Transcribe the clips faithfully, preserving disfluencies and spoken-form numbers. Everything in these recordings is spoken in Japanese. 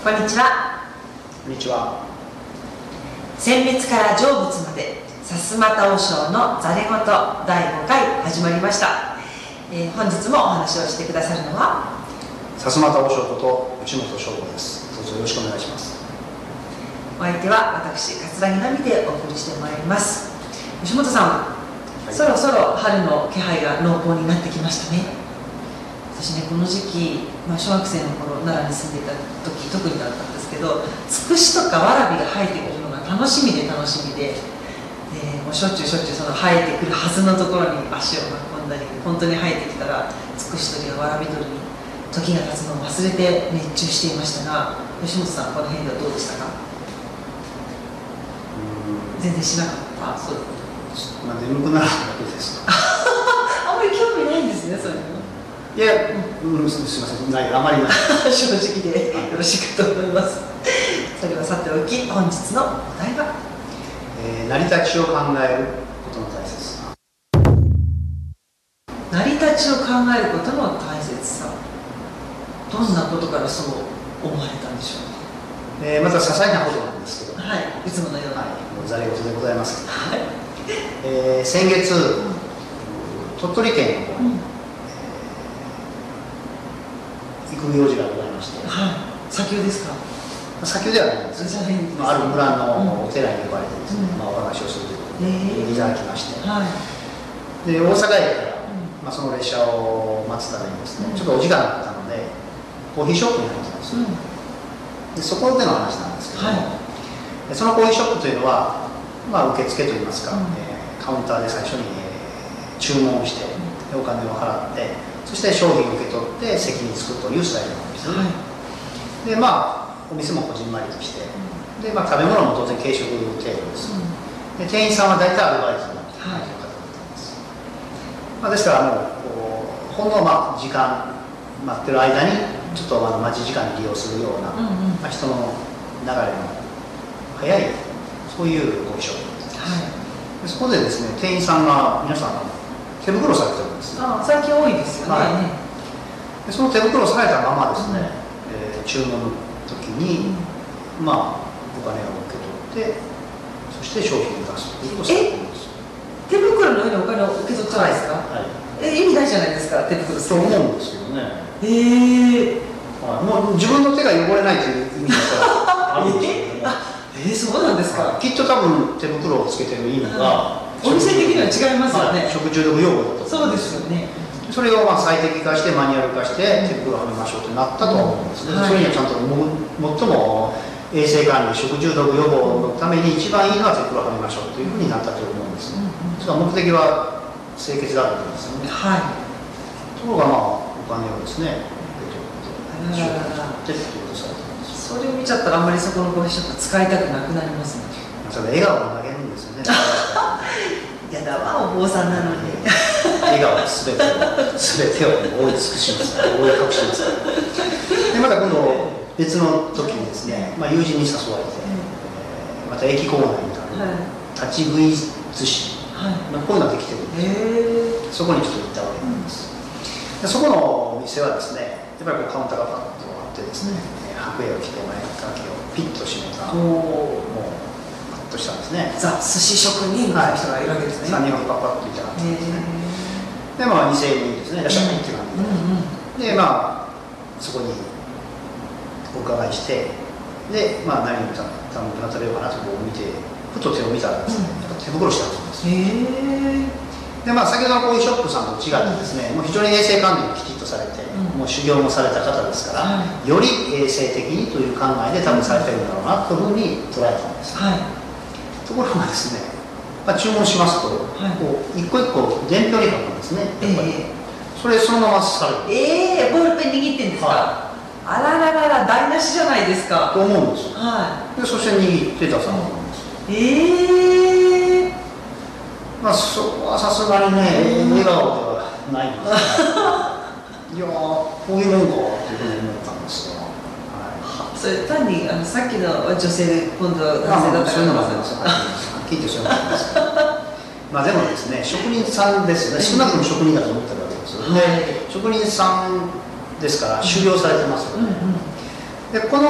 こんにちは。 こんにちは。 選別から成仏までさすまた和尚のざれ言だいごかい始まりました。えー、本日もお話をしてくださるのはさすまた和尚こと内本翔吾です。どうぞよろしくお願いします。 お相手は私桂木奈美でお送りしてまいります。吉本さん、はい、そろそろ春の気配が濃厚になってきましたね。私ね、この時期、まあ、小学生の頃奈良に住んでいた時特にだったんですけど、つくしとかわらびが生えてくるのが楽しみで楽しみで、でもうしょっちゅうしょっちゅうその生えてくるはずのところに足を運んだり、本当に生えてきたらつくし取りやわらび取りに時が経つのを忘れて熱中していましたが、吉本さんこの辺ではどうでしたか？全然しなかった。そうです。 まあ、眠くなるだけです。 あんまり興味ないんですね、そういうの。 いや、うん、すみません、ない、あまりない。 正直でよろしくと思います。それはさておき、本日のお題は、 えー、成り立ちを考えることの大切さ。 成り立ちを考えることの大切さ。どんなことからそう思われたんでしょうか。 えー、また些細なことなんですけど、 はい、いつものように、 はい、もうざれ言でございますけど、 はい、 えー、先月、うん、鳥取県の方に、うん、行く用事がございまして、 はい、砂丘ですか？ 砂丘ではないんですけど、まあ、ある村のお寺に呼ばれてですね、うん、まあ、お話をするということで、えー、いただきまして、はい、で大阪駅から、まあ、その列車を待つためにですね、うん、ちょっとお時間だったのでコーヒーショップに入ってたんですよ、うん、でそこでの話なんですけども、はい、そのコーヒーショップというのは、まあ、受付といいますか、うん、えー、カウンターで最初に、えー、注文して、うん、お金を払って、そして商品を受け取って席に着くというスタイルなんですね、はい、でまあお店もこじんまりとして、で、まあ、食べ物も当然軽食程度です、うん、で店員さんは大体アルバイトの方だったんです、はい、まあ、ですからもうほんのまあ時間待ってる間にちょっとあの待ち時間に利用するような、うんうん、まあ、人の流れの早いそういうコーヒーショップです、はい、でそこでですね店員さんが皆さん手袋されてるんです。 ああ、最近多いですよね、はい、 でその手袋されたままですね、うん、えー、注文の時に、うん、まあお金を受け取ってそして商品を出すということをされてるんです。 手袋の上にお金を受け取っちゃうんですか？はい、はい、え意味ないじゃないですか、手袋と思うんですけどね。 えー、 はい、もう自分の手が汚れないという意味があるんですけども、 えー、えー、そうなんですか、 はい、きっと多分手袋をつけてる意味が、 お店的には違いますよね、 はい、食中毒用語だと。 そうですよね。 それをまあ最適化してマニュアル化して手袋をはめましょうとなったとは思うんですね、うん、はい、それにはちゃんと最も衛生管理、食中毒予防のために一番いいのは手袋をはめましょうというふうになったと思うんです、うん、それは目的は清潔だと思うんですよね、はい、ところがまあお金をですね受け取ってっていうことされてるんです。 それを見ちゃったらあんまりそこのコーヒーショップ使いたくなくなりますね。 それ笑顔を投げるんですよねやだわ、お坊さんなのに笑顔すべてをすべてを覆い尽くします覆い隠しますでまた今度別の時にですね、まあ、友人に誘われて、えー、また駅構内にある、はい、立ち食い寿司、はい、まあ、こういうのができてるんですよ。そこにちょっと行ったわけなんです、うん、でそこのお店はですねやっぱりこうカウンターがパッとあってですね、うん、白衣を着て前掛けをピッと締めたもうパッとしたんですね。 ザ・寿司職人の人がいるわけですね。 さんにんほどパッパッといたんですね。でまあにせんえんですね、いらっしゃいっていう感じで、でまあそこにお伺いして、でまあ何を頼むか食べようかなとこう見て、ふと手を見たらですね、やっぱ手袋してあるんですよ。でまあ先ほどのコーヒーショップさんと違ってですね、もう非常に衛生管理がきちっとされて、うん、もう修行もされた方ですから、はい、より衛生的にという考えで多分されてるんだろうなというふうに捉えたんです。はい、ところがですね、まあ、注文しますと、はい、こう一個一個伝票に書くんですね、やっぱり、えー、それそのままされる。ええー、ボールペン握ってんですか？はい、あらららら、台無しじゃないですか。 と思うんですよ。はい、でそして握って出されるんですよ。 ええー、 まあそこはさすがにね、笑顔ではないんですけどいやー、こういうもんかというふうに思ったんですよ。 はい、それ単にあのさっきの女性で今度は男性だったから、そういうのもあります。聞いてしまうんですけどまあでもですね、職人さんですよね、少なくとも職人だと思ってるわけですよね、はい、職人さんですから修行されてますよね、うんうん、でこの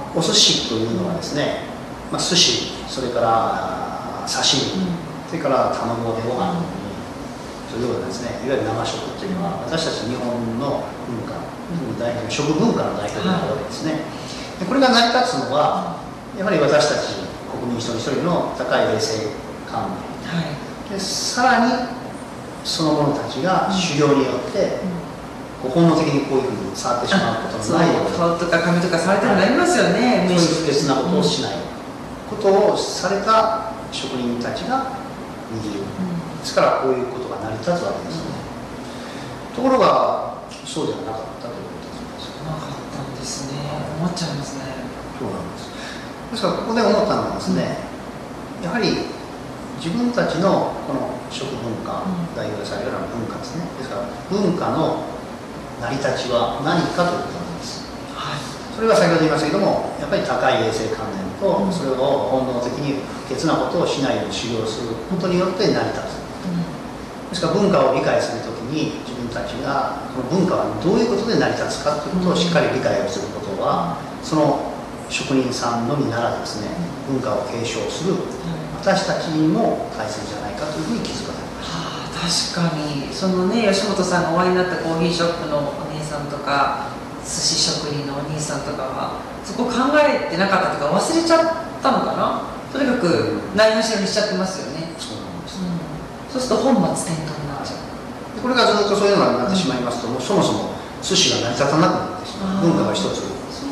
お寿司というのはですね、まあ、寿司、それから刺身、それから卵でご飯というようなですね、いわゆる生食っていうのは私たち日本の文化、食文化の代表であるわけですね。でこれが成り立つのはやはり私たち国民一人一人の高い衛生観念、はい、でさらにその者たちが修行によって、うん、本能的にこういうふうに触ってしまうことのないように、 顔とか髪とか触れたらなりますよね。 そういう不潔なことをしない、うん、ことをされた職人たちが握る、うん、ですからこういうことが成り立つわけですね、うん、ところがそうではなかったということです。 なかったんですね。思っちゃいますね。 そうなんです。ですからここで思ったのはですね、うん、やはり自分たちのこの食文化、うん、代表されるような文化ですね。ですから文化の成り立ちは何かということなんです、はい、それは先ほど言いましたけども、やっぱり高い衛生観念と、うん、それを本能的に不潔なことをしないように修行することによって成り立つ、うん、ですから文化を理解するときに自分たちがこの文化はどういうことで成り立つかということをしっかり理解をすることは、その職人さんのみならずですね、文化を継承する私たちにも大切じゃないかというふうに気づかされましはあ、 た。 確かにそのね、吉本さんがお会いになったコーヒーショップのお姉さんとか寿司職人のお兄さんとかはそこ考えてなかったとか忘れちゃったのかな。とにかくないがしろにしちゃってますよね。 そうなんです、 うん、そうすると本末転倒になっちゃう。 これがずっとそういうのになってしまいますと、うん、もうそもそも寿司が成り立たなくなってしまう、文化が一つ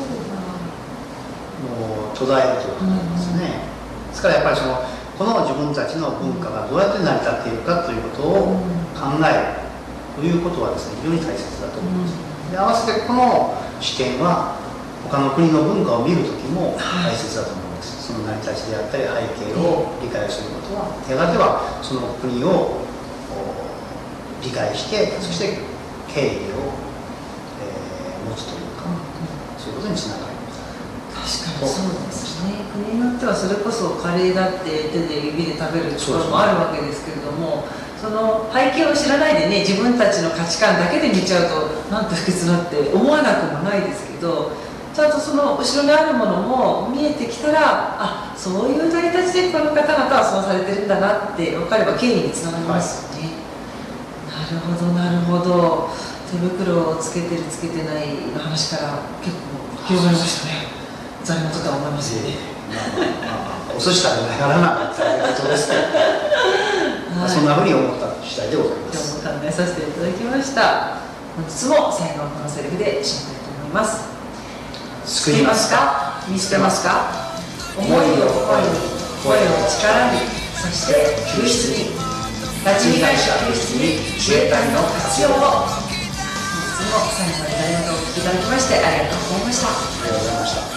もう途絶えるということなんですね、うん、ですからやっぱりそのこの自分たちの文化がどうやって成り立っているかということを考えるということはですね、非常に大切だと思います、うん、で合わせてこの視点は他の国の文化を見るときも大切だと思います、はい、その成り立ちであったり背景を理解することは、やがてはその国を理解してそして敬意を、えー、持つというか、うん、そういうことにつながります。 確かにそうですね。国によってはそれこそカレーだって手で指で食べるところもあるわけですけれども、その背景を知らないでね、自分たちの価値観だけで見ちゃうとなんて不潔なって思わなくもないですけど、ちゃんとその後ろにあるものも見えてきたら、あ、そういう成り立ちでこの方々はそうされてるんだなって分かれば敬意につながりますよね、はい、なるほどなるほど。手袋をつけてるつけてないの話から結構広がりましたね。残念とは思いますよね。 まあまあまあ、お寿司食べながらなってことですけど、はい、そんなふうに思った次第でございます。 今日も考えさせていただきました。本日も最後はこのセリフで締めたいと思います。救いますか、見捨てますか。思いを声に、声を力に、そして救出に。立ち被害者救出に自衛隊の活用を。本日も最後までありがとうお聞きいただきましてありがとうございました。 ありがとうございました。